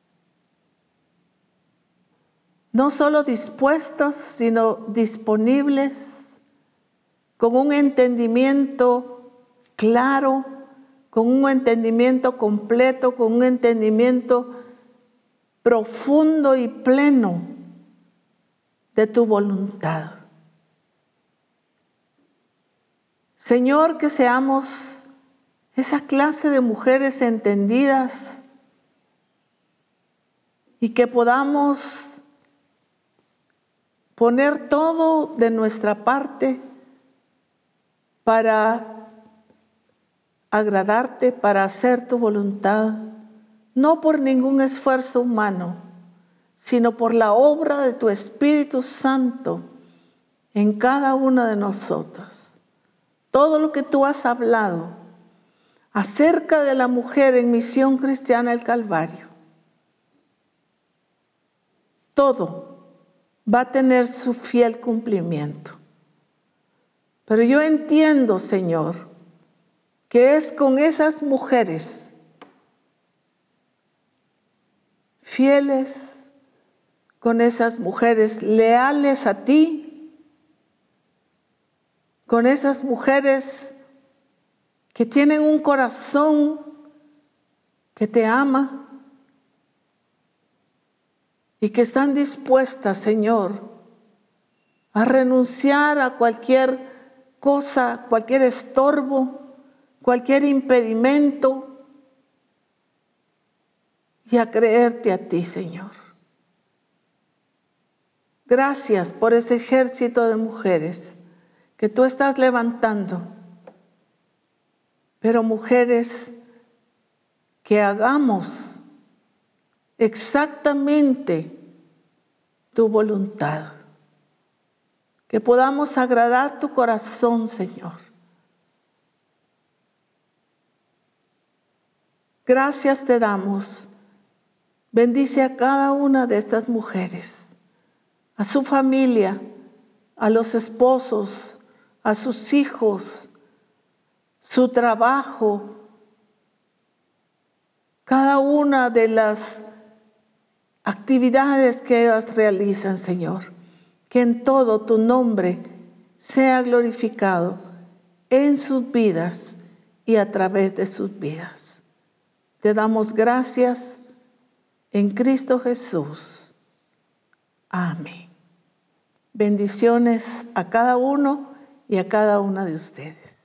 no solo dispuestos, sino disponibles, con un entendimiento claro, con un entendimiento completo, con un entendimiento profundo y pleno de tu voluntad. Señor, que seamos esa clase de mujeres entendidas y que podamos poner todo de nuestra parte para agradarte, para hacer tu voluntad, no por ningún esfuerzo humano, sino por la obra de tu Espíritu Santo en cada una de nosotros. Todo lo que tú has hablado acerca de la mujer en Misión Cristiana del Calvario, todo va a tener su fiel cumplimiento. Pero yo entiendo, Señor, que es con esas mujeres fieles, con esas mujeres leales a ti, con esas mujeres que tienen un corazón que te ama y que están dispuestas, Señor, a renunciar a cualquier cosa, cualquier estorbo, cualquier impedimento y a creerte a ti, Señor. Gracias por ese ejército de mujeres que tú estás levantando, pero mujeres que hagamos exactamente tu voluntad, que podamos agradar tu corazón, Señor. Gracias te damos. Bendice a cada una de estas mujeres, a su familia, a los esposos, a sus hijos, su trabajo, cada una de las actividades que ellas realizan, Señor. Que en todo tu nombre sea glorificado en sus vidas y a través de sus vidas. Te damos gracias en Cristo Jesús. Amén. Bendiciones a cada uno y a cada una de ustedes.